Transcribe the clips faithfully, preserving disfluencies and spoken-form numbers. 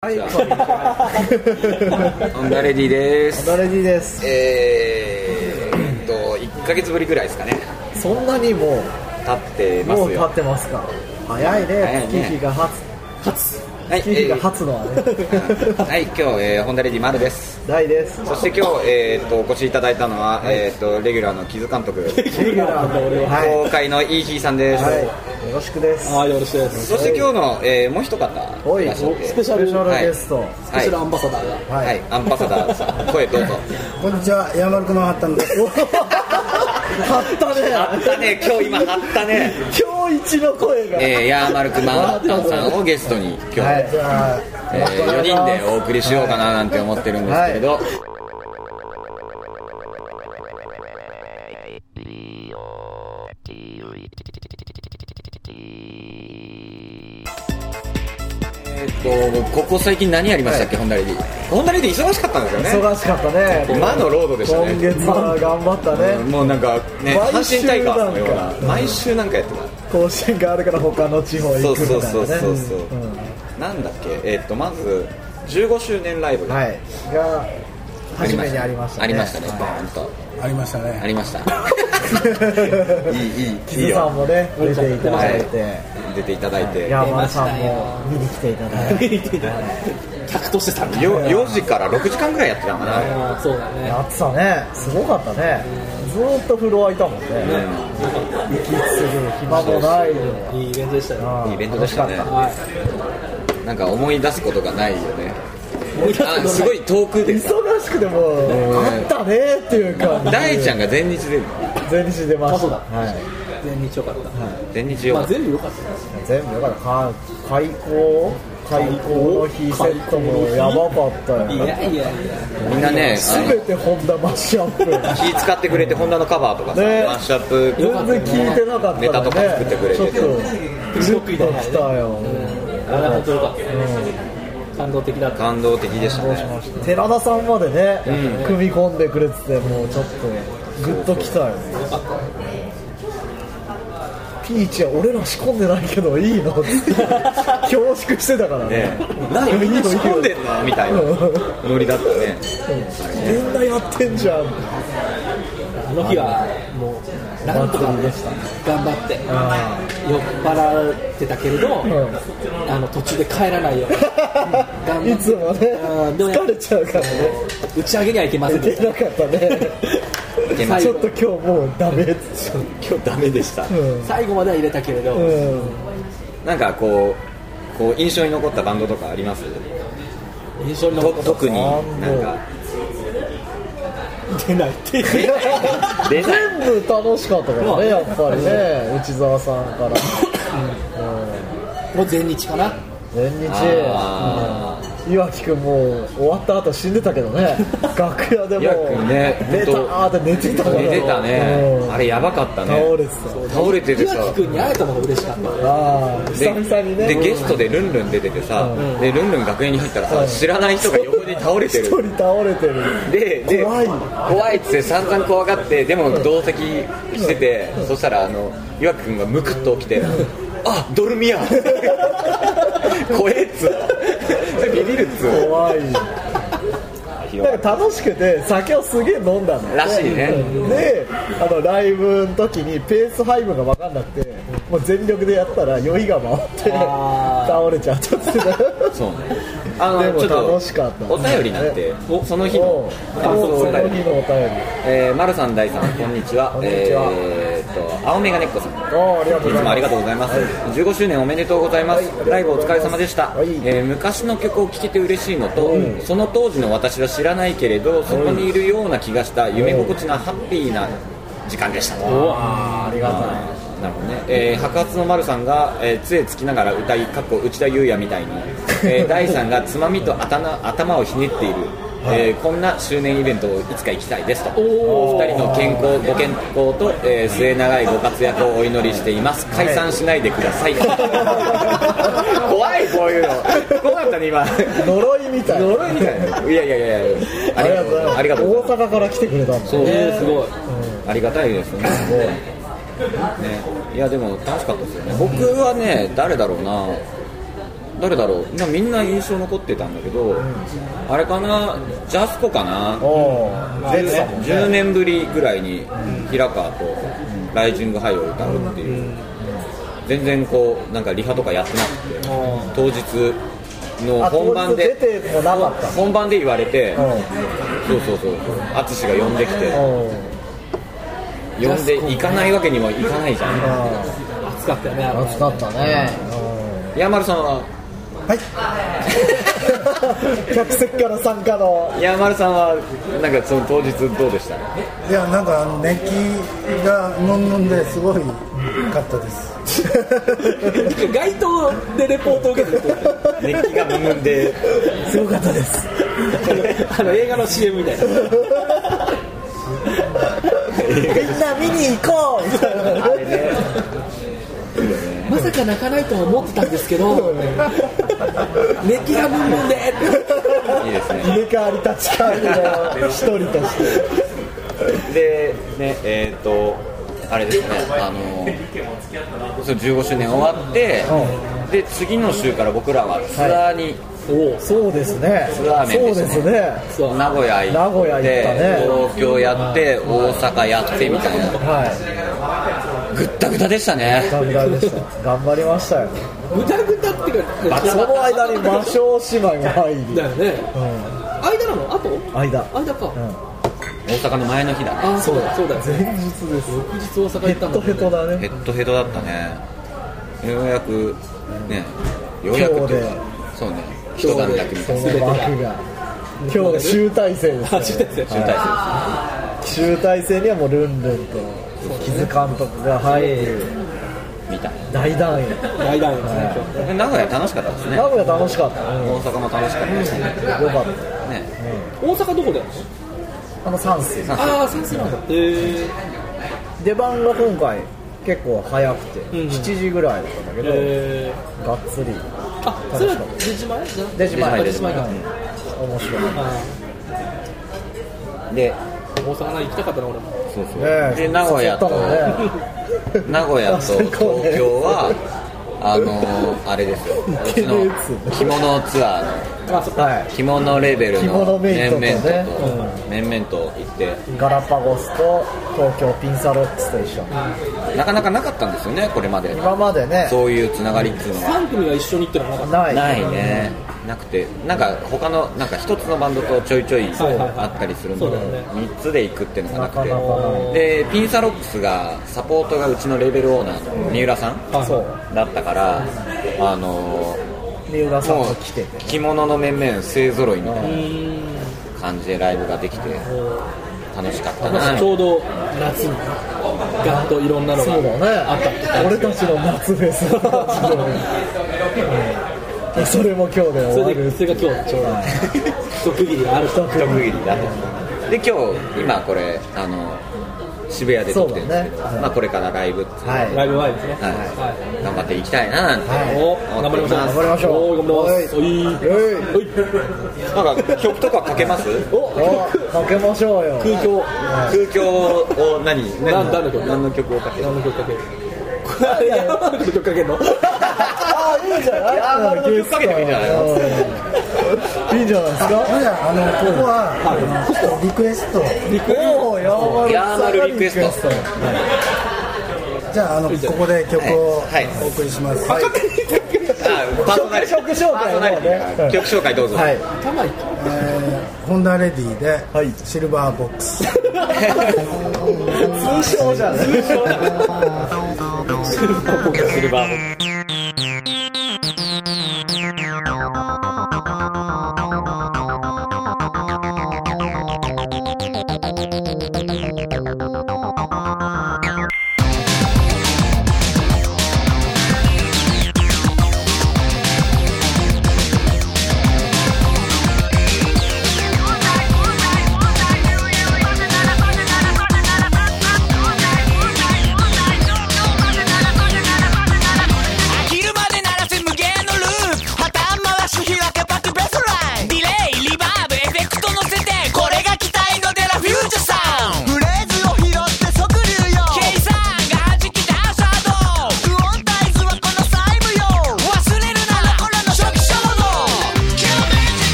はい、ホンダレディです。 ホンダレディです。 えーっといっかげつぶりぐらいですかね。 そんなにもう経ってますよ。 もう経ってますか。早いね。早いね。月日が初初月日が初のはね。 はい、今日、えー、ホンダレディ丸です。 大です。 そして今日、えー、っとお越しいただいたのは、はい、えー、っとレギュラーの木津監督、レギュラーの俺は東海のイーヒーさんです。 はい、よろしくです。 あ、よろしくです。 そして今日の、えー、もう一方いらっしゃって、 スペシャルゲスト、 はい、 スペシャルアンバサダーが、 はい、はい、アンバサダーさん、声どうぞ。 こんにちは、ヤマルクマンハッタンです。 張ったね。 張ったね。今日今張ったね。 今日一の声が。 えー、ヤーマルクマンハッタンさんをゲストに今日、はい、じゃあ、えー、よにんでお送りしようかななんて思ってるんですけれど、はい、えー、っとここ最近何やりましたっけ、はい、ホンダレディ。ホンダレディ忙しかったんですよね。 忙しかったね。 魔のロードでしたね。 今月は頑張ったね。 うん、もうなんかね、阪神タイガースのような毎週なんかやってた。 甲子園があるから他の地方行くみたいなね。 そうそうそうそうそう、うん、なんだっけ、えー、っとまずじゅうごしゅうねんライブが、 はい、が初めにありましたね。 ありましたね。 はい、 とありましたね。 ありました。いいいい。 木津さんもね出ていただいて、 出ていただいて、 ヤーマルさんも見に来ていただいて、 客として参加。 よよじからろくじかんぐらいやってたのかな。 あ、そうだね。 やってたね。すごかったね。ずーっとフロアいたもんね。息する暇もないよ。 いいイベントでしたね。 いいイベントでしたね。なんか思い出すことがないよね。あ、すごい遠くでさ、 忙しくてもあったねっていうか、 大ちゃんが全日出る。 全日出ました。はい、 全日良かった。 全日良かった。 全部良かった。 全部良かった。開校開校の日セットもやばかったよ。 いやいやいや、 みんなね、 全てホンダマッシュアップ。 気使ってくれて、ホンダのカバーとかさ、 ね、 マッシュアップ全然聞いてなかった、ね、 ネタとか作ってくれて、 ちょっとグッときたよ。 あれは本当良かった。感動的だった。 感動的でしたね。 寺田さんまでね、うん、組み込んでくれてて、もうちょっとグッときたよね。ピーチは俺ら仕込んでないけどいいのって恐縮してたからね。 何みんな仕込んでんのみたいなノリだったね。 みんなやってんじゃん。 あの日はもうなんとか頑張って酔っ払ってたけれど、うん、あの途中で帰らないようにいつもね、疲れちゃうからね。 打ち上げにはいけませんでした。いけなかったね。ちょっと今日もうダメ。 今日ダメでした、うん、 最後までは入れたけれど、うん、 なんかこうこう印象に残ったバンドとかあります？ 印象に残った特になんか出ないって全部楽しかったからね、やっぱりね。内澤さんから、 うん、もう全日かな。 全日、岩城くんもう終わった後死んでたけどね。楽屋でもうね、 寝たーって寝てたから。 寝てたね、うん、あれやばかったね。 倒れてた。 倒れててさ、 岩城くんに会えたのが嬉しかった。 あー、久々にね。 でゲストでルンルン出ててさ、うん、でルンルン楽屋に入ったらさ、うん、知らない人が横に倒れてる。 一人倒れてる。 でで怖い怖いっつって散々怖がって、でも同席してて、うん、そしたらあの岩城くんがムクッと起きて、うん、あ、ドルミヤ怖えっつうビビるっつう。 怖い。なんか楽しくて酒をすげえ飲んだんだらしいね。 で、あのライブの時にペース配分が分かんなくて、もう全力でやったら酔いが回って倒れちゃったって。 そうね。あのでも楽しかった、ね、 お便りなんて、おその日の感想お便り、その日のお便り、 えー、丸さん大さんこんにちは。 こんにちは。 えー、っと青メガネっ子さん、 ありがとうございます。 いつもありがとうございます、はい、じゅうごしゅうねんおめでとうございます、はい、ライブお疲れ様でした、はい。えー、昔の曲を聴けて嬉しいのと、うん、その当時の私は知らないけれどそこにいるような気がした夢心地なハッピーな時間でしたと。 あありがたい。 なるほどね。えー、白髪の丸さんが、えー、杖つきながら歌い、かっこ内田裕也みたいに、えー、大さんがつまみと頭、頭をひねっている、えー、こんな周年イベントをいつか行きたいですと。お二人の健康ご健康と、えー、末永いご活躍をお祈りしています。解散しないでください。怖い、こういうの怖かったね今。 呪いみたい呪いみたいいやいやいやありがとうございます。 ありがとう。 大阪から来てくれたんだ。 そう、えー、すごい、うん、 ありがたいですね。すごいね。いやでも楽しかったですよね。僕はね、誰だろうな、 誰だろう、みんな印象残ってたんだけど、うん、あれかな、ジャスコかな、じゅうねんぶりぐらいに平川とライジングハイを歌うっていう、うん、全然こうなんかリハとかやってなくて、当日の本番で本番で言われて、そうそうそう、淳が呼んできて、呼んで行かないわけにもいかないじゃん。 暑かったよね。 暑かったね。 山丸さんははい客席から参加の山丸さんはなんかその当日どうでした？ いや、なんかあの熱気がムンムンですごいかったです街頭でレポートを受けてる熱気がムンムンですごかったですあの映画の シーエム みたいなみんな見に行こうみたいなあれねまさか泣かないとは思ってたんですけど熱気がムンムンでいいですね。 入れ替わり立ち替わりの一人としてでね、えーとあれですね、あのそのじゅうごしゅうねん終わって、うん、で次の週から僕らはツアーに、 はい、おそうですね、 ツアー面ですね、 そうですね、 名古屋行って、 名古屋行ったね、 東京やって、うん、大阪やってみたいな、はい、ぐったぐたでしたね。 ぐったぐたでした頑張りましたよ。 ぐたぐたっていうか、 その間に魔性姉妹が入りだよね、うん、間なの？あと？ 間間か、うん、 大阪の前の日だね。 あ、そうだそうだ、 前日です。 翌日大阪行ったんだ、ね、 ヘッドヘトだね。 ヘッドヘトだったね。ようやくね、ようやくっていうか、そうね、一段落みたいな。 その幕が今日が集大成です、ね、 集大成です、ね、 集大成にはもうルンルンと木津監督が入るみたいな大団円大団円ですね、 はい、名古屋楽しかったですね。 名古屋楽しかった、 うん、大阪も楽しかったですね、 よかったね、 うん、大阪どこでやるの？ あのサンスああサンスなんだ。へえ。 出番が今回結構早くて、うん、しちじぐらいだったんだけど、がっつり。 あ、それは出島前じゃ出島前出島前か、うん、 面白い。 で大阪行きたかったな俺も。 そうそう、ね、で名古屋と、ね、名古屋と東京はあのー、あれですよ、うちの着物ツアーの、はい、着物レベルの面々と、ね、うん、面々と行ってガラパゴスと東京ピンサロックスと一緒、 うん、なかなかなかったんですよね、これまで。 今までね、 そういうつながりっていうのはさん組が一緒に行ってるのはなかった。 ないないね、なくて、なんか他のなんか一つのバンドとちょいちょいあったりするんだけど、みっつで行くっていうのがなくて、 なかなかない。 でピンサロックスがサポートがうちのレベルオーナーの三浦さんだったから、あの三浦さんも来てて、 着物の面々勢ぞろいみたいな感じでライブができて楽しかったな。 ちょうど夏にガッといろんなのがあったって、 俺たちの夏フェスそれも今日で終わる。 それが今日ちょうど一区切りがある。 一区切りだで、今日今これあの渋谷で撮ってるんですけど、ね、まあ、これからライブって、 はい、ライブ前ですね、 はいはい、頑張っていきたいななんて、はい、 お頑張りましょう頑張りましょう頑張ります。 なんか曲とかかけます？ おかけましょうよ。 空境、 空境を何何の曲何の曲をかける？ 何の曲かける？山丸の曲かけるの？ ああ、いいじゃない。 山丸の曲かけてもいいんじゃないの？ いいんじゃないですか。 あのここは、はい、リクエスト。 リクエスト。 山丸リクエスト。 じゃあ、あのここで曲をお送りします。はい。 パーソナリティ。 曲紹介ね。 曲紹介どうぞ。 はい。 えー、ホンダレディで、はい、シルバーボックス。 通称じゃない。 通称だ。シルバーボックス。シルバーボックス。 昼間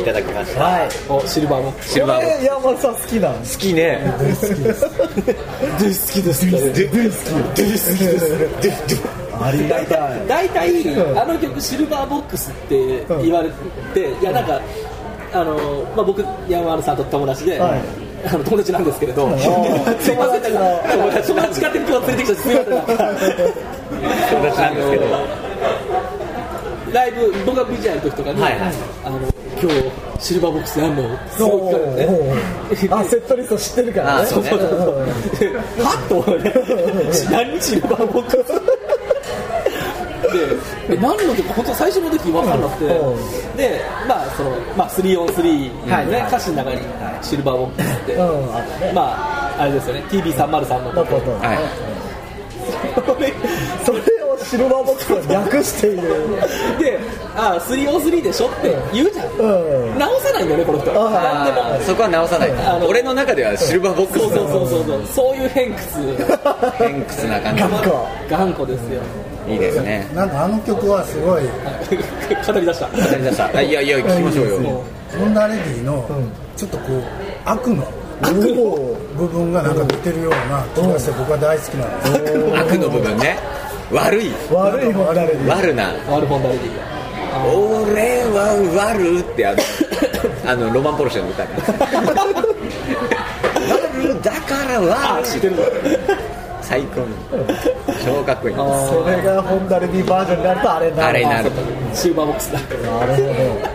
ただきました。 はい、 おシルバーボックス。 シルバーボックス。 山丸さん好きなの？ 好きね。 大好きです大好きです大好きですありがたい。 大体あの曲シルバーボックスって言われて、いやなんかあの、まあ、僕山丸さんと友達で、はい、あの友達なんですけれど、すいません、友達友達勝手に今日連れてきたすいません、友達なんですけど、ライブ僕が ブイジェー の時とかに、はいはい、あの今日シルバーボックスやんのすごい聞かれるね。 あ、セットリスト知ってるからね。 そうそうそうはっと思うね。何シルバーボックスで、何の曲本当最初の時分かんなくて、で、まあそのまあスリーオンスリーのね歌詞の中にシルバーボックスって、まああれですよね ティービーさんまるさん のこと。はい。 それをシルバーボックスを略しているで、あ、スリーオンスリーでしょって言うじゃん、うん、直さないんだよねこの人。 あでもそこは直さない、うん、俺の中ではシルバーボックス。 そうそうそうそうそういう偏屈偏屈な感じ。 頑固頑固ですよ。 いいですね。 なんかあの曲はすごい語り出した語り出したいやいや聞きましょうよ。 ホンダレディのちょっとこう悪の悪の部分がなんか出てるような気がして僕は大好きなんです。 悪の部分ね。悪い悪いホンダレディ。 悪な悪ホンダレディ。 俺は悪ってあのあのロマンポルシェの歌ね。悪だから悪知ってる。 最高に超かっこいい。 それがホンダレディバージョンになるとあれになる。 あれになる。 シルバーボックスだ。 なるほど。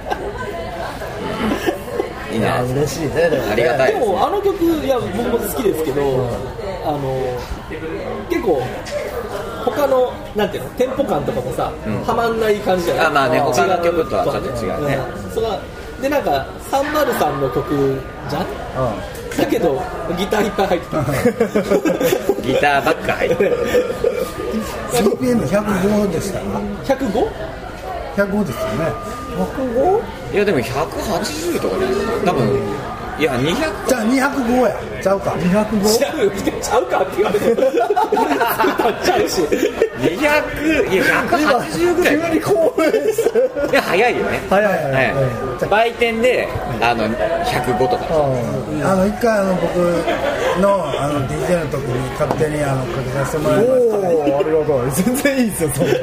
いいね。 嬉しいね。でもありがたい。 でもあの曲いや僕も好きですけど、うん、あの結構他のなんていうのテンポ感とかもさ、うん、はまんない感じじゃない。 あまあね他の曲とはちょっと違うね。 うん、それでなんかさんまるさんの曲じゃん。うんだけどギターいっぱい入ってるギターばっか入ってる。 シーピーエムひゃくご でしたか。 ひゃくご? ひゃくごですよね。 ひゃくご? いやでもひゃくはちじゅうとかね多分。いやにひゃくじゃあにひゃくごやちゃうか。 にひゃくごちゃうちゃうかって言われてちゃうしにひゃくいやひゃくはちじゅうぐらい。 急に興奮する。 いや早いよね。 早い早い、 はい、売店であのひゃくごとか。 あの一回あの僕のあの ディージェー の時に勝手にあのかけさせてもらいました、ね。 おおありがとう。全然いいですよそんな。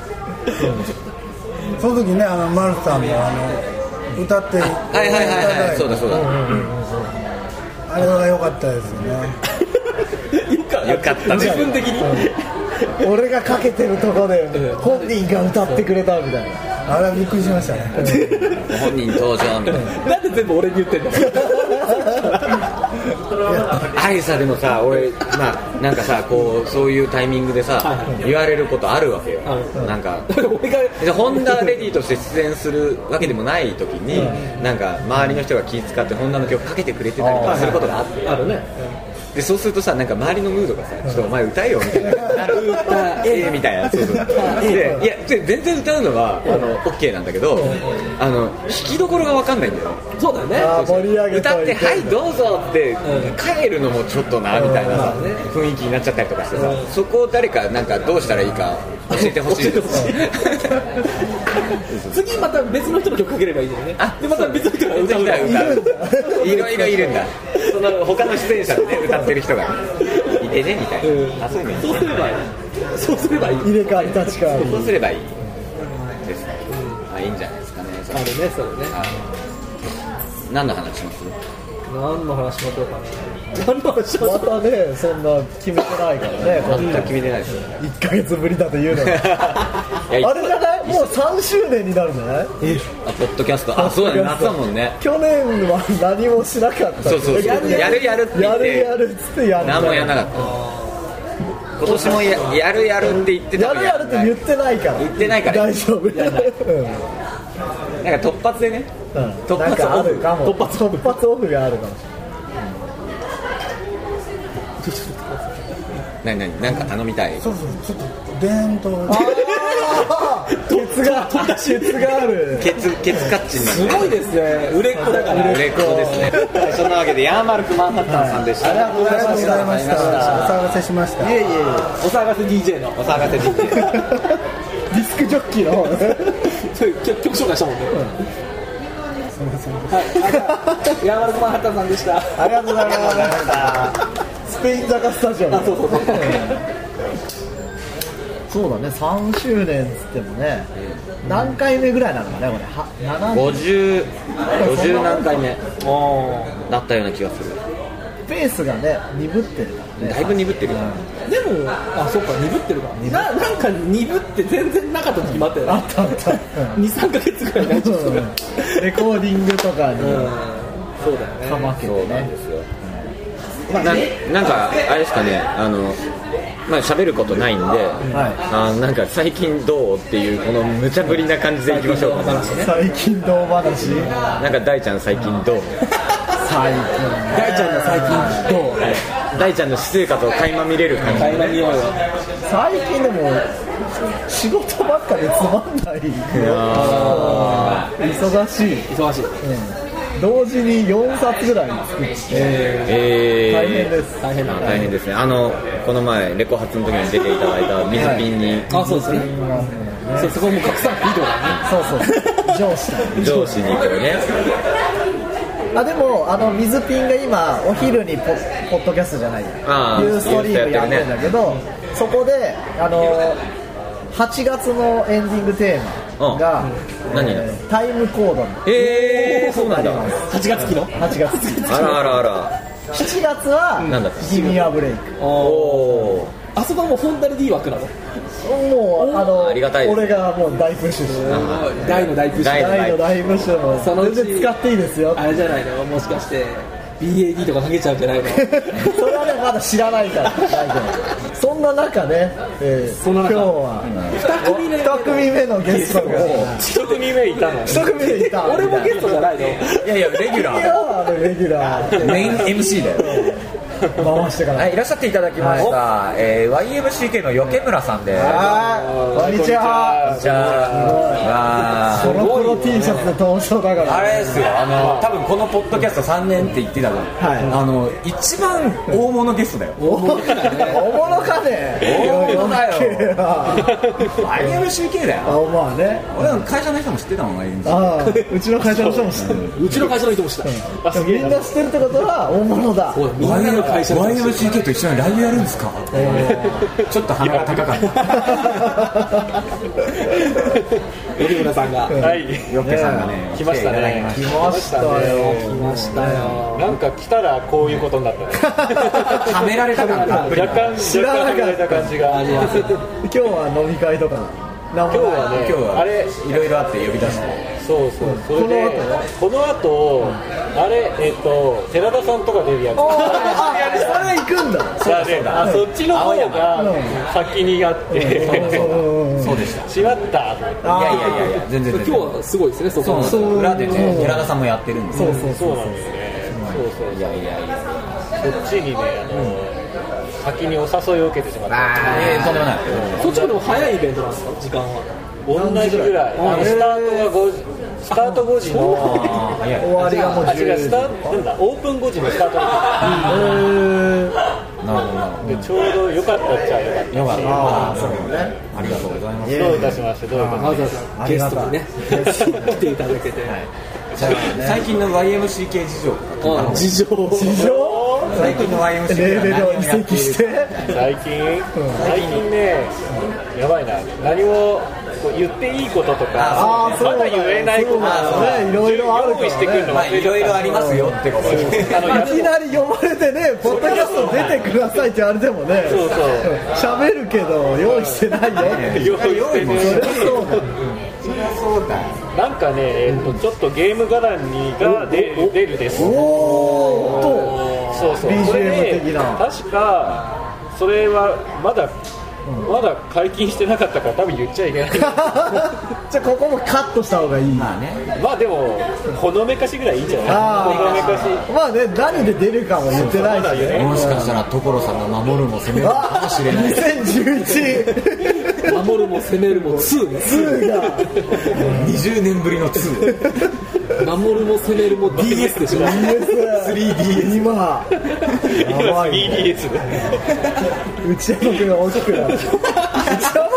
その時ねあのマルさんもあの歌ってはいはいはいはいそうだそうだ、うんうんうん、 あれは良かったですよね。 よかった自分的に、 うん、俺がかけてるとこで本人が歌ってくれたみたいな。 あれはびっくりしましたね。 本人登場みたいな。 なんで全部俺に言ってんの。 あれさでもさ俺まあなんかさこうそういうタイミングでさ、はいはい、言われることあるわけよ、はい、なんかホンダレディとして出演するわけでもない時に、うん、なんか周りの人が気遣ってホンダの曲かけてくれてたりとかすることがあって、 あるね。 でそうするとさなんか周りのムードがさちょっとお前歌えよみたいななる歌えみたいな。そうそうでいや全然歌うのはあの OK なんだけどあの弾きどころが分かんないんだよ。 そうだよね。 盛り上げ歌ってはいどうぞって帰るのもちょっとなみたいなさ雰囲気になっちゃったりとかしてさそこを誰かなんかどうしたらいいか教えてほしいです。 次また別の人の曲かければいいんだよね。あでまた別の人が歌う歌ういろいろいるんだ。その他の出演者で、ね、歌ってる人がいてねみたいな、うん、あそういうのそうすればいいそうすればいい入れ替わり立ち替わりそうすればいいですね、うんまあ、いいんじゃないですかね。 あるねそれね。 何の話します？ 何の話しましょうかね。何の話しましょうか。 またねそんな決めてないからね。 全く決めてないですよ。 いっかげつぶりだというのはあれじゃないもうさんしゅうねんになるんじゃない？えあポッドキャストあそうだね夏だもんね。 去年は何もしなかった。 そうそうそうやるやるやるって言ってやるやるっつってやる何もやらなかった。今年も や, やるやるって言ってたやるやるって言ってないから言ってないから大丈夫。 なんか突発でね、 うん、突発あるかも。突発突発オフがあるかもしれない。 何何何か頼みたい。 そうそうちょっとデーンとケツがケツがある。 ケツケツカッチンなんすごいですね。売れっ子だから売れっ子ですね。そんなわけでヤーマルクマンハッタンさんでした。 ありがとうございました。お騒がせしました。 いえいえお騒がせ ディージェー のお騒がせ ディージェーディスクジョッキーの曲紹介したもんね。 はい、山丸マンハッタンさんでした。 ありがとうございました。スペイン坂スタジオ。 あ、そうそうそう。 そうだね、さんしゅうねんっつってもね、何回目ぐらいなのかね、これはごじゅう、ごじゅう何回目だったような気がする。 ペースがね、鈍ってるからね。 だいぶ鈍ってる、 うん、でも、あ、そっか、鈍ってるかな。なんか鈍って全然なかった時もあったよね。 あったあった。 に、さんかげつぐらいない、ちょっとね、 レコーディングとかに、うん、 そうだよね。 かまけてね。 そうなんですよ。な, なんかあれですかね、あのまあ喋ることないんで、はい、あなんか最近どうっていうこの無茶ぶりな感じでいきましょうか。 最近どう話？ なんか大ちゃん最近どう？ 最近大ちゃんの最近どう？ 大ちゃんの私生活を垣間見れる感じ。 垣間見ようよ。 最近でも仕事ばっかでつまんない。忙しい。 忙しい。うん、 同時によんさつぐらい作って、えー、大変です。 大変だ。 大変ですね。あのこの前レコ発の時に出ていただいた水ピンに、はい、 あ、そうですね。そう、そこも拡散いいとこだね。 そうそう。上司上司にこれね。 あ、でもあの水ピンが今お昼にポッ、ポッドキャストじゃないユーストリームやってるんだけど、そこであのはちがつのエンディングテーマが、うん、何、えー、タイムコードに、 えー、そうなんだ。 はちがつ期のはちがつあらあらあら。 しちがつはギミアブレイク。 おー、あそこはもう本当に D 枠なの。 もうあのありがたいです。 俺がもう大プッシュして大の大プッシュ大の大プッシュもそのうち全然使っていいですよ。 あれじゃないの、もしかして ビーエーディー とかかけちゃうんじゃないの。 それはねまだ知らないからそんな中ね、えー、その中今日はに組目に組目のゲストがいち組目いたの。いち組目いた。俺もゲストじゃないの。いやいやレギュラー。 いやレギュラーメイン エムシー だよ。 回してから、 はい、いらっしゃっていただきました、はい、えー、ワイエムシーケー の余村さんです。 こんにちは。 こんにちは。 ソロプロ T シャツで登場だから、 あれですよ、あの多分このポッドキャストさんねんって言ってたから、はい、あの一番大物ゲストだよ。 大物かね。大物かね。 大物だよ。ワイエムシーケー だよ。 あ、まあね。 俺の会社の人も知ってたもん。 ああ、うちの会社の人も知ってる。 うちの会社の人も知ってた。みんな知ってるってことは大物だ。 みんなの会社のワイエムシーケー と一緒にライブやるんですか。ちょっと鼻が高かった。 海村さんが、 はい、 よっけさんがね来ましたね。 来ましたよ。 来ましたよ。 なんか来たらこういうことになったね。 はめられた感が若干知らなかった感じがあります。 今日は飲み会とか。 今日はね、 今日はあれいろいろあって呼び出して。 そうそう。それでこの後あれえっと寺田さんとか出るやつ。 それ行くんだ。 あ、そっちの方が先にあって、 そうでした。 しまった。 いやいやいやいや、全然今日はすごいですね。そこの裏でね、寺田さんもやってるんです。 そうそうそうなんですね。そうそう。 いやいやいや。 そっちにね、あの先にお誘いを受けてしまった。 ええ、とんでもない。 そっちも早いイベントなんですか、時間は。 同じぐらい。あのスタートがごじ、スタートごじの終わりがもうじゅうじ。スタートなんだ、オープンごじのスタートの時。 なるほど。 でちょうど良かったっちゃ良かった。 良かった。 ああ、そうね。 ありがとうございます。 どういたしまして、どういたしまして。 ゲストにね来ていただけて。 最近の ワイエムシーケー 事情。 事情。 事情。 最近の ワイエムシーケーレーベルを移籍して最近最近ね、やばいな、何も言っていいこととかまだ言えないことがいろいろあるからね。 いろいろありますよってことでいきなり読まれてね、ポッドキャスト出てくださいって言われてもね、 そうそう喋るけど用意してないよって用意してね。 そりゃそうだ。 そりゃそうだ。 なんかね、えっとちょっとゲーム絡みが出る出るです。 おーと。 そうそう。 ビージーエム 的な。 確かそれはまだまだ解禁してなかったから多分言っちゃいけないじゃあここもカットした方がいい。 まあね。 まあでもほのめかしぐらいいいんじゃない。ほのめかし。 まあね、何で出るかも言ってないしね。 もしかしたら所さんが守るも攻めるかもしれない。 にせんじゅういち守るも攻めるもツーね。 ツーがにじゅうねんぶりのツー。 守るも攻めるも ディーエス でしょ。 ディーエス スリーディーエス 今やばい、 スリーディーエス内山君が大きくなる。内山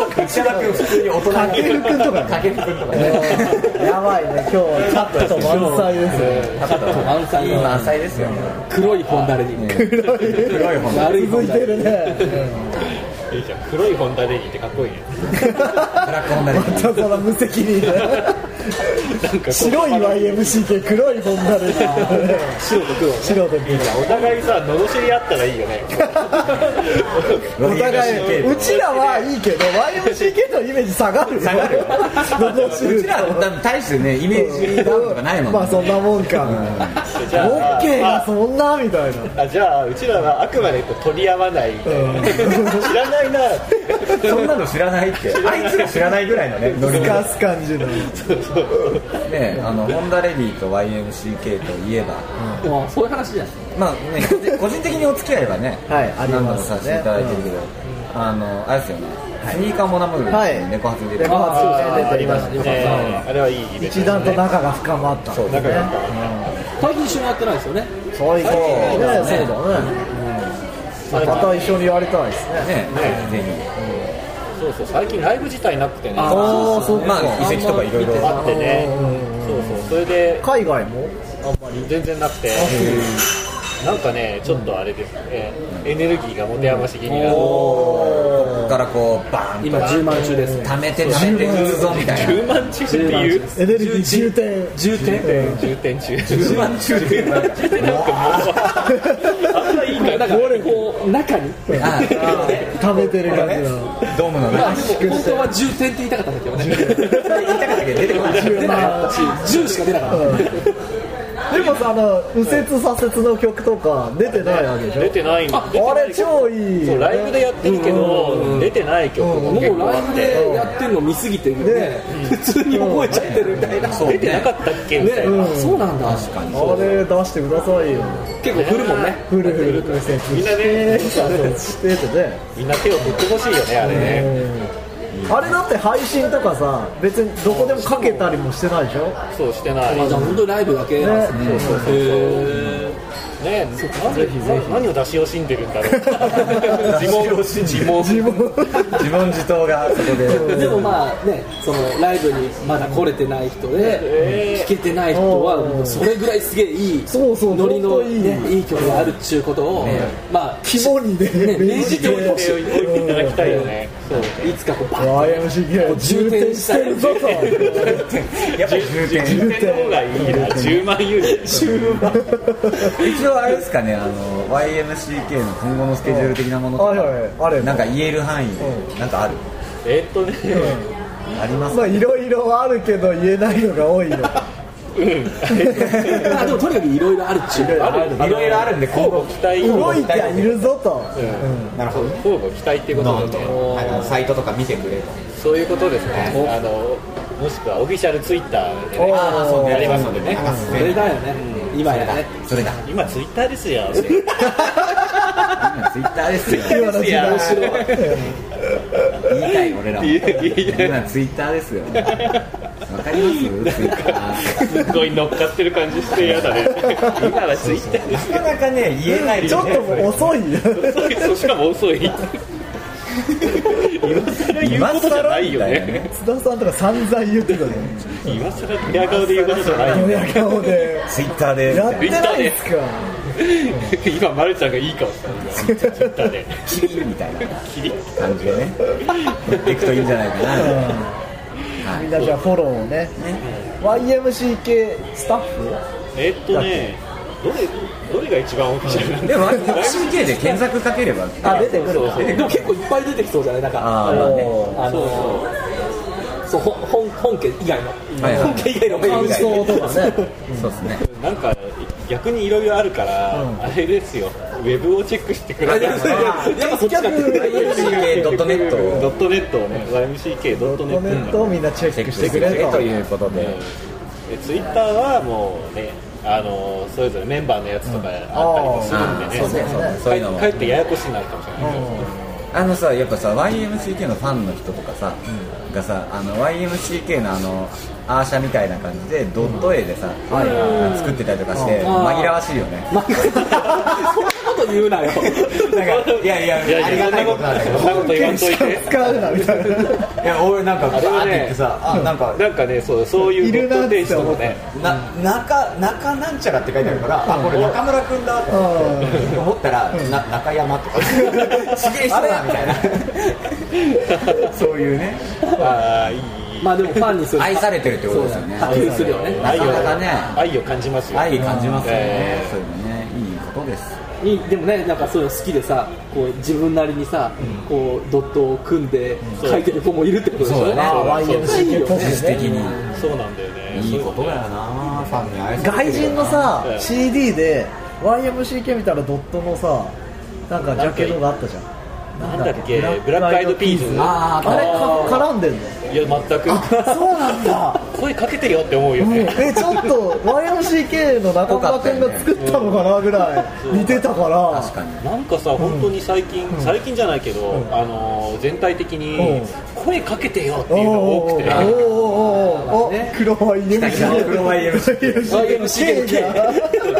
内山君普通に大人掛布君とか掛布君とかねやばいね今日カット満載ですねカット満載の満載ですよね黒いホンダレディ黒い黒い本だ悪いホンダレディ続いてるねいいじゃん、黒いホンダレディってかっこいいね。 ブラックホンダレディまたその無責任で白い ワイエムシーケー 黒いホンダレディ白と黒白と黒お互いさ、罵り合ったらいいよね。 お互いうちらはいいけど ワイエムシーケー のイメージ下がるよ下がるよ罵るうちら多分大してねイメージダウンとかないもんねまあそんなもんかじゃあオッケーがそんなみたいなあじゃあうちらはあくまでこう取り合わない、知らないなそんなの知らないってあいつら知らないぐらいのねノリスカス感じのねあのホンダレディと ワイエムシーケー といえばもうそういう話じゃんまあね個人個人的にお付き合いはねはいあり何度もますねさせていただいてるけどあのあれですよねスニーカーモナムールはいに猫発出てる猫発あ出てりましたねあれはいいイベントですね一段と仲が深まったそう仲が最近一緒にやってないですよね最近ねそうだねまた一緒にやりたいですねねぜそうそう最近ライブ自体なくてねああそうひまあ遺跡とかいろいろあってねそうそうそれで海外もあんまり全然なくてなんかねちょっとあれですねエネルギーが持て余し気味なここからこうバーンと今じゅうまん中です貯めて貯めて売るぞみたいなじゅうまん中っていうエネルギー充填じゅうてんじゅうてん中じゅうまん中でなんかもうあんないいかなんかこう中にあ食べてる感じのドームのまあ中でも本当はじゅうてんって言いたかったんだけどね言いたかったけど出てこない出なかったしじゅうしか出なかったでもさあの右折左折の曲とか出てないわけでしょ出てないんだ出てないあれ超いいそうライブでやってるけど出てない曲ももう結構ライブあってでやってるの見すぎてね普通に覚えちゃってるみたいな出てなかったっけみたいなねそうなんだ確かにあれ出してくださいよ結構振るもんねフルフル右折みんなねしててねみんな手を振ってほしいよねあれねあれだって配信とかさ別にどこでもかけたりもしてないでしょそうしてないあじゃあ本当にライブだけなんですねそうそうそうへねなんでな何を出し惜しんでるんだろう自問自問自分自問自答がそこでーでもまあねそのライブにまだ来れてない人で聴けてない人はもうそれぐらいすげえいいそうそうノリの本当いいねいい曲があるっちゅうことをまあ肝にねね念じておいてほしい置いていただきたいよねそういつかこうバッワイエムシーケー 充填してるぞとやっぱり充填じゅうてんの方がいいなじゅうまんユーロじゅうまん一応あれですかねあの ワイエムシーケー の今後のスケジュール的なものとはいはいあれかなんか言える範囲でなんかあるえーっとねありますまあいろいろあるけど言えないのが多いのまあでもとにかくいろいろあるっちゅうあるいろいろあるんで交互期待動いてはいるぞとなるほど交互期待っていうことでねあのサイトとか見てくれとそういうことですねあのもしくはオフィシャルツイッターでねあーそうねやりますのでねそれだよね今やねそれだ今ツイッターですよ今ツイッターですよ今の時代面白い言いたい俺らも言いたい今ツイッターですよわかりますツイッターすごい乗っかってる感じして嫌だね今はツイッターですなかなかね言えないちょっともう遅い遅いそうしかも遅い今更言うことじゃないよね津田さんとか散々言ってたね今更ドヤ顔で言うことじゃないよねドヤ顔でツイッターでやってないですか今まるちゃんがいい顔したツイッターでキリみたいなキリ感じでねやっていくといいんじゃないかなみんなじゃあフォローをね ワイエムシーケー スタッフえーっとねどれどれが一番オフィシャルなんだでも ワイエムシーケー で検索かければあ出てくるそうそうでも結構いっぱい出てきそうじゃないなんかあーまあねあのそう本本本家以外のはいはい本家以外のメー感ルが想とかねそうですねなんか逆にいろいろあるから、あれですよウェブをチェックしてくださいやっぱそっちかってワイエムシーケードットネットドットネットをね ワイエムシーケー ドットネコメンットトをみんなチェックしてくれとということででツイッターはもうねあのそれぞれメンバーのやつとかあったりもするんでね、 そうそうそうそういうのもかえってややこしになるかもしれないけど、 あのさやっぱさ ワイエムシーケー のファンの人とかさ、がさあの ワイエムシーケー のあのアーシャみたいな感じでドット絵でさ、作ってたりとかして紛らわしいよね。 そんなここと言うなよ。なんかいやいやいやありがたいことなんだけど、 そんなこと言わんといて。 使うなみたいな。 いや俺なんかバーって言ってさ、あなんかなんかねそうそういうゴッドテイストのね。 な中中なんちゃらって書いてあるから、あこれ中村くんだと思ったらな中山とかすげえ人だみたいな。そういうね。 ああいい。 まあでもファンにする愛されてるってことですよね。 はっきりするよね。 なかなかね愛を感じますよ。 愛感じますよね。 えーそういうのねいいことです。 にでもねなんかそういうの好きでさこう自分なりにさ、こうドットを組んで書いてる子もいるってことでしょ。 そうだね。 ワイエムシーケー っぽくね。 自主的にそうなんだよね。 いいことだよな。ファンに愛されてる。 外人のさ シーディー で ワイエムシーケー みたいなドットのさなんかジャケットがあったじゃん。 なんだっけブラックアイドピーズ。 ああれか絡んでんの？ いや全く。 そうなんだ。 声かけてるよって思うよね。 えちょっと ワイエムシーケー の中村君が作ったのかなぐらい似てたから確かに。 なんかさ本当に最近、うん、最近じゃないけど、うん、あの全体的に声かけてよっていうのが多くて。 おおおおお黒 ワイエムシーケー黒 ワイエムシーケーワイエムシーケー が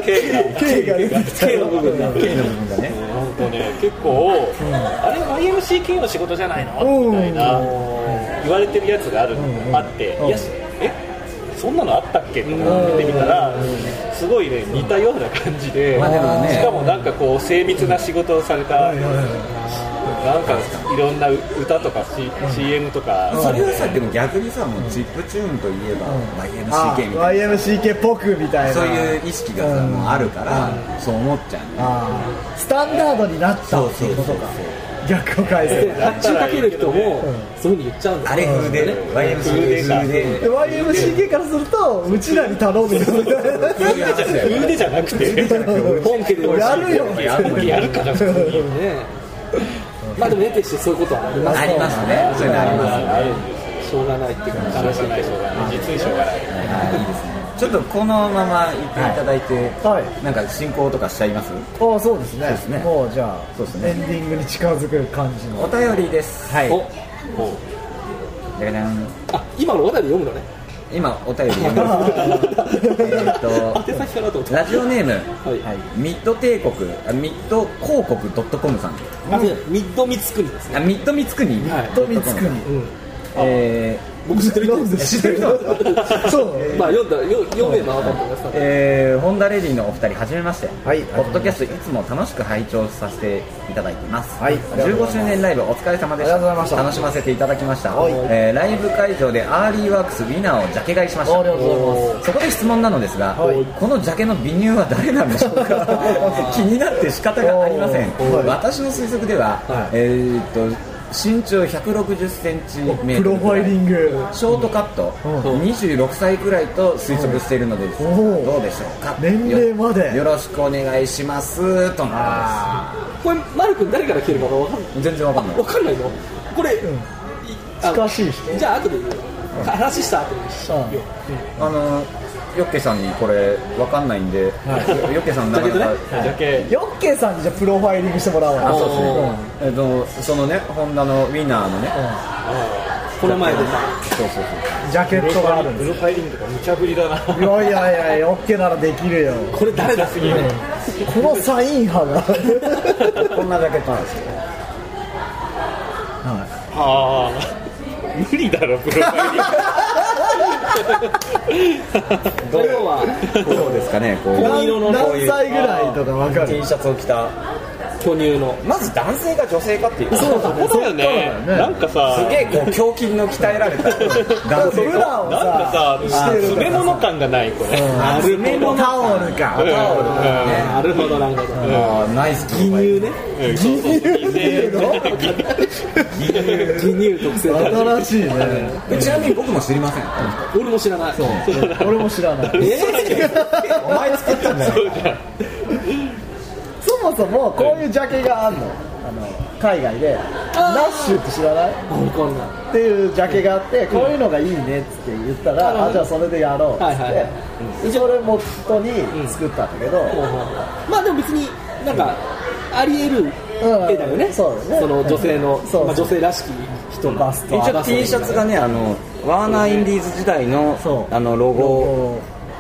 K が K の部分だ。 K の部分がね。 本当ね結構、うん、あれ ワイエムシーケー の仕事じゃないのみたいな言われてるやつがある、うん、あって、いやえそんなのあったっけと思ってみたら、すごいね似たような感じで、まあでもね、しかもなんかこう精密な仕事をされた、なんかいろんな歌とか、C シーエム とか、 それはさでも逆にさもうチップチューンといえば ワイエムシーケー みたいなワイエムシーケー っぽくみたいなそういう意識がさもうあるからそう思っちゃうね。 スタンダードになったっていうことか。逆を返せ発注かける人もそういう風に言っちゃうんだ。 あれ風で ワイエムシーケー 風でワイエムシーケー からするとうちらに頼むみたいな。 風でじゃなくて本家でやるよやるから普通にね。まあでも得てしてそういうことはありますありますね。そういうのありますね。 しょうがないっていうか悲しいけど実にしょうがない。 いいですね。ちょっとこのまま言っていただいて、はい、なんか進行とかしちゃいます？ ああそうですね。 そうですね。 もうじゃあそうですね。 エンディングに近づく感じのお便りです。 はい。お、 じゃじゃん。 あ今のお便り読むのね。 今お便り読む。えっとラジオネーム、はい、ミッド帝国ミッド広告ドットコムさん。 あミッドミツクニですね。 あミッドミツクニ。 ミッドミツクニ。 えー僕知ってる人です。 知ってる人そう、 まあ読んだ読めば分かってます。 えー、ホンダレディのお二人はじめまして、 はい、 ポッドキャストいつも楽しく拝聴させていただいています、 はい、 じゅうごしゅうねんライブお疲れ様でした。楽しませていただきました、えー、ライブ会場でアーリーワークスウィナーをジャケ買いしました。そこで質問なのですが、はい、このジャケの美乳は誰なんでしょうか気になって仕方がありません。私の推測では、はい、えー、っと身長ひゃくろくじゅっセンチメートル、 プロファイリングショートカット、にじゅうろくさいくらいと推測しているのです。どうでしょうか。 年齢までよ, よろしくお願いしますとのこれマル君誰から来てるか分かんない。 全然分かんない。 分かんないのこれ、うん、 近しい人じゃあ後で言うよ、うん、話した後にしよう、 うん、あのヨッケさんにこれ分かんないんで、はい、ヨッケさんなかなかヨッケさんにじゃプロファイリングしてもらおう。 あそうですね、うん、えっとそのねホンダのウィナーのね、 うん、この前でさそうそうそうジャケットがあるんです。 プロファイリングとか無茶ぶりだな。 いやいやいやヨッケならできるよ。 これ誰だすぎる、 このサイン派がこんなジャケットなんですよ。 はい、あ無理だろプロファイリングどうはどうですかね。こう何色の何歳ぐらいとか分かる。 T シャツを着た巨乳のまず男性か女性かっていう。 そうだね。 そうだよね。なんかさすげえこう胸筋の鍛えられた男性かなんかさ詰め物感がないこれ。 詰め物タオルか。タオルなるほどなるほど。 ナイス銀乳ね。 銀乳の銀乳特製。 新しいね。 ちなみに僕も知りません。 俺も知らない。 俺も知らない。 お前作ったんだよ。 そもそもこういうジャケがあるの、あの海外でナッシュって知らない？ 分かんないっていうジャケがあって、こういうのがいいねって言ったら、うん、あじゃあそれでやろうって、はいはいはい、それもとに作ったんだけど、うん、 まあでも別になんかあり得る絵だよね、うん、そうだね、その女性の、うん、まあ、女性らしき人バスト一応 T シャツがねあのワーナーインディーズ時代のあのロゴ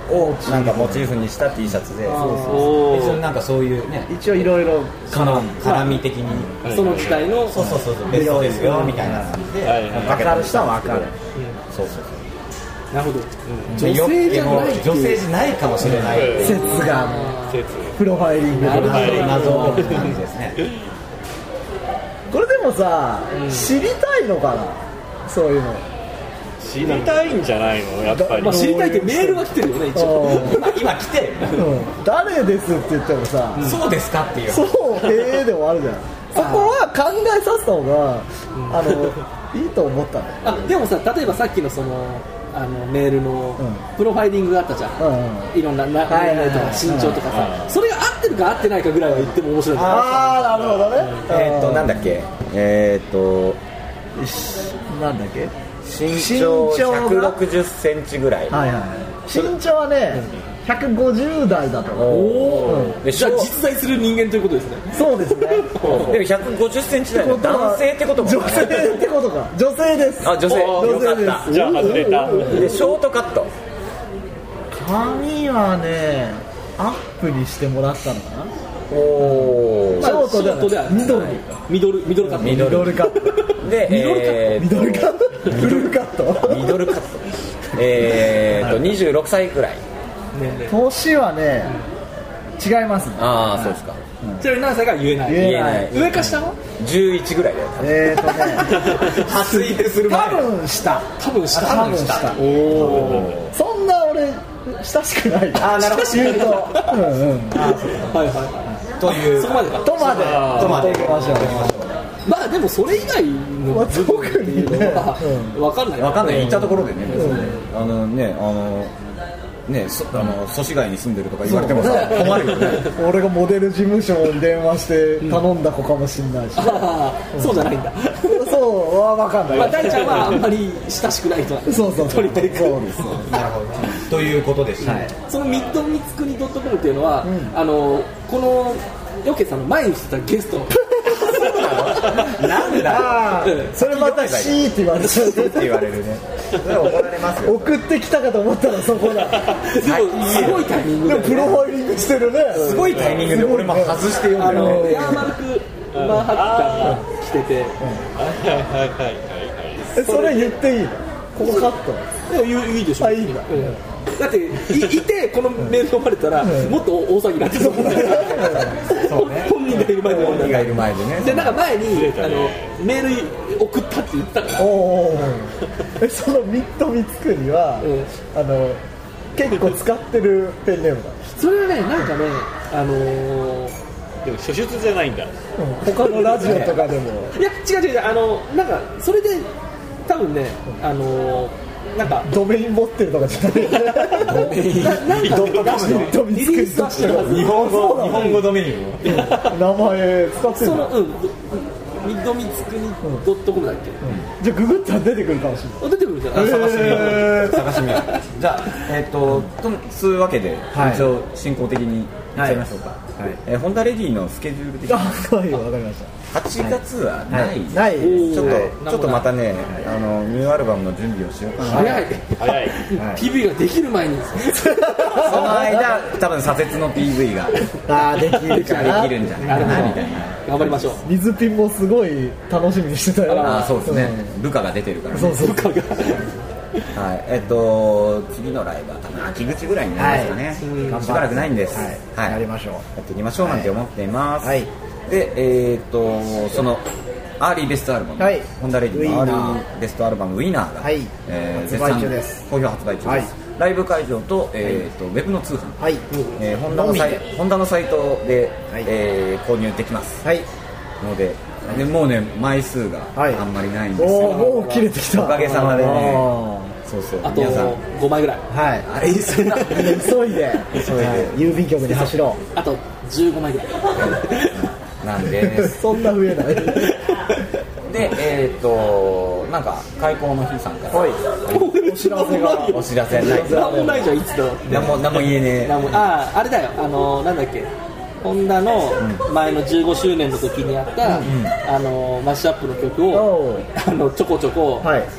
をなんかモチーフにした T シャツで、一応なんかそういうね、 一応いろいろ絡み的にその時代のそうそうそうそうベストですよみたいな感じで分かる人は分かる。 そうそうそう。 なるほど。 女性じゃない女性じゃないかもしれない説がプロファイリングプロファイリング謎って感じですね。 これでもさ、知りたいのかな、そういうの。 知りたいんじゃないのやっぱり、 まあ、知りたいってメールが来てるよね一応今, 今来てる、 うん、誰ですって言ってもさ、 うん、そうですかっていうそうへえでもあるじゃん。そこは考えさせた方が、うん、あのいいと思ったの。 あでもさ、例えばさっきのそのあのメールのプロファイリングがあったじゃん、うんうん、いろんな年齢とか身長とかさ、うん、それが合ってるか合ってないかぐらいは言っても面白い。 ああなるほどね。 えー、っとなんだっけえー、っとなんだっけ身長ひゃくろくじゅっセンチぐらい、 はいはい、身長はね、ひゃくごじゅう代だと思う。 おー、うん、じゃあ実在する人間ということですね。 そうですね。 でもひゃくごじゅっセンチ代の男性ってことか。 女性ってことか。女性です。 あ、女性。 女性です。 じゃあ外れた。 でショートカット。 髪はねアップにしてもらったのかな。 おー、 ショートではミドルミドルミドルカットミドルカットでミドルカットフルカットミドルカットえーっとにじゅうろくさいくらい。 年はね違いますね。 ああそうですか。 ちなみに何歳か言えない。 言えない。 上か下のじゅういちぐらいだよ。 えーっとね発育する前多分下多分下多分下。おおそんな俺親しくない。 ああなるほど。 言うとうんうんはいはいというそこまでとまでとまで行きましょう。 まあでもそれ以外の部分っていうのは分かんない分かんない言ったところでね、うん、あのねあのねそあの祖師ヶ谷に住んでるとか言われてもさ困るよね。 俺がモデル事務所に電話して頼んだ子かもしれないし、 うん、そうじゃないんだ。 そうは分かんない。 まあ大ちゃんはあんまり親しくない人なんです。 そうそうそう。 取りたいから。 そうです。 なるほど。ということでした。はい、 そのミッドミツクニドットコムっていうのは、うん、あのこのヨケさんの前にしてたゲストのなんだ、 うん、それまたシーって言われちゃうって言われるね。それ怒られますよ。 送ってきたかと思ったらそこだ。 でもすごいタイミングで、 ね、プロファイリングしてるね。 すごいタイミングで俺も外して読んでるね。 ヤーマルクマンハッタンが来てて、 はいはいはいはい。 それ言っていいの？ここカット。 いやいいでしょ。 あいいんだ。うんだって い, いてこのメール読まれたら、うん、もっと大騒ぎになってそうそう、ね、本人がいる前で本人がいる前でね。 でなんか前にあのメール送ったって言ったから。 おえそのミッドミツクニは、うん、あの結構使ってるペンネームだ。 それはねなんかねあのー、 でも初出じゃないんだ、 うん、他のラジオとかでもいや違う違うあのなんかそれで多分ねあのーなんかドメイン持ってるとかじゃない。ドメインななんか出してるリリース出してるはず。 日本語日本語ドメインを名前使ってるの。 そのうんミッドミツクニドットコムだっけ、 うん、じゃあググったら出てくるかもしれない。 出てくるじゃない。 探してみよう探してみよう。じゃあえっ、ー、ととつうわけで、はい、一応進行的にいっちゃいましょうか。はいはいえー、ホンダレディのスケジュール的にはいわかりました。 はちがつはない、はい、 ないちょっと、はい、ちょっとまたね、はい、あのニューアルバムの準備をしようかな。 早い早い、 はい、ピーブイ ができる前にその間多分左折の ピーブイ があできるかなできるんじゃないかなみたいな。 頑張りましょう。 水ピンもすごい楽しみにしてたよ。 あそうですね、うん、ルカが出てるからね。 そうそうルカがはい、えっと次のライブは多分秋口ぐらいになりますかね、はい、しばらくないんです。 はい、はい、やりましょうやっていきましょうなんて思っています、 はい、 でえー、っとそのアーリーベストアルバム、はい、ホンダレディのアーリーベストアルバムウィナーが、はいえー、 発売中です。 好評発売中です、はい、ライブ会場と、えー、とウェブの通販、はいえー、ホンダのサイホンダのサイトで、はいえー、購入できます、はい、のででもうね枚数があんまりないんですよ、はい、 もう切れてきたおかげさまでね。そうそうあとごまいぐらい。 はいあれ急いで急いで郵便局に走ろう。あとじゅうごまいぐらいなんでそんな増えないでえっ、ー、となんか開校の日さんから、はい、 お知らせがお知らせない何もないじゃんいつだ何も何も言えねえ。 あああれだよあのなんだっけホンダの前のじゅうごしゅうねんの時にやった、うん、あのマッシュアップの曲をあのちょこちょこ、はい、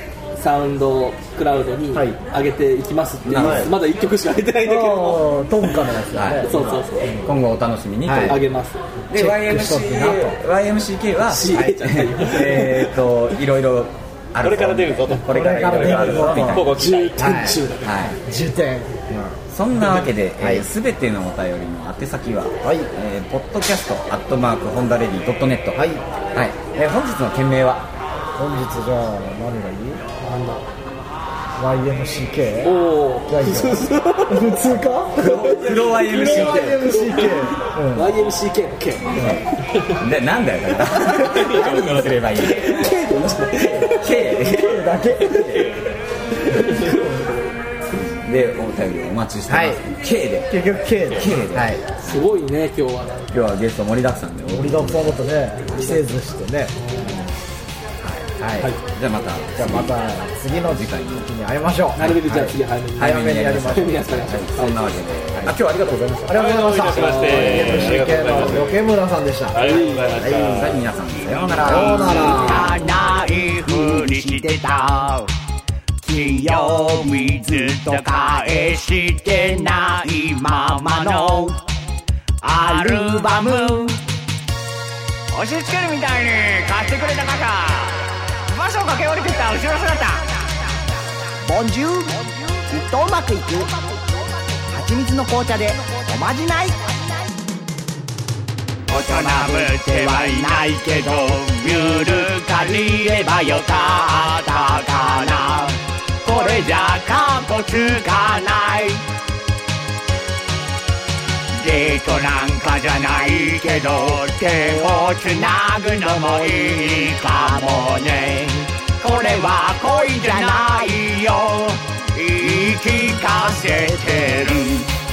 サウンドクラウドに上げていきますっていう、はい、まだいっきょくしか上げてないんだけどトンカのやつだね、 はい、そうそうそう今後お楽しみに、 はい、上げますで ワイエムシーケー ワイエムシーケー はシーエー じゃないよえーといろいろあるこれから出るぞとこれからいろいろあるぞみたいなじゅってん中だね、 はい、じゅってん、 そんなわけで、 はい、 すべてのお便りの宛先は、 はいえー、ポッドキャストアットマークホンダレディドットネット、はいはい、えー、本日の件名は本日じゃあ何がいい？なんだ ワイエムシーケー？ おー普通か？ 黒 ワイエムシーケーワイエムシーケー、うん、 ワイエムシーケー の K でなんだよだから何にすればいいの K でいいんじゃない K だけでお便りお待ちしてます、はい、K で結局 K で K で、はい、 すごいね今日は今日はゲスト盛りだくさんで盛りだくさんだったね季節してねはい、はい、 じゃあまたじゃあまた次の時間に会いましょうなるべくじゃあ次早めに、 はい、早めにやりましょう、はい、 そんなわけで、はい、あ今日はありがとうございましたありがとうございました エムシーケー の余計村さんでしたありがとうございました、 はい、皆さんさようならさようならないふりしてた金曜日ずっと返してないままのアルバム押し付けるみたいに貸してくれた方場所を駆け下りてった後ろ姿ボンジュールきっとうまくいく蜂蜜の紅茶でおまじない大人ぶってはいないけどゆるかりればよかったかなこれじゃカッコつかないデートなんかじゃないけど手をつなぐのもいいかもねこれは恋じゃないよ言い聞かせてる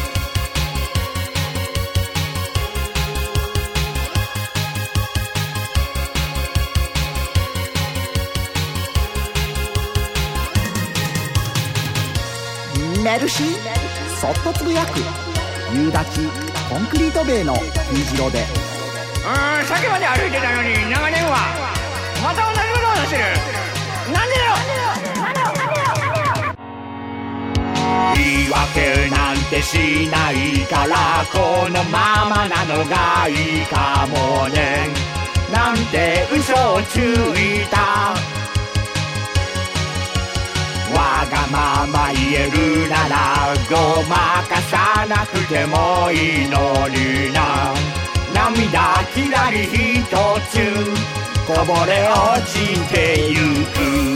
メルシーそっとつぶやく夕立コンクリート塀のT字路でうーんさっきまで歩いてたのに長年はまた同じことをしてるなんでだろ言い訳なんてしないからこのままなのがいいかもねなんて嘘をついたわがまま言えるならごまかさなくてもいいのにな涙きらりひとつこぼれ落ちてゆく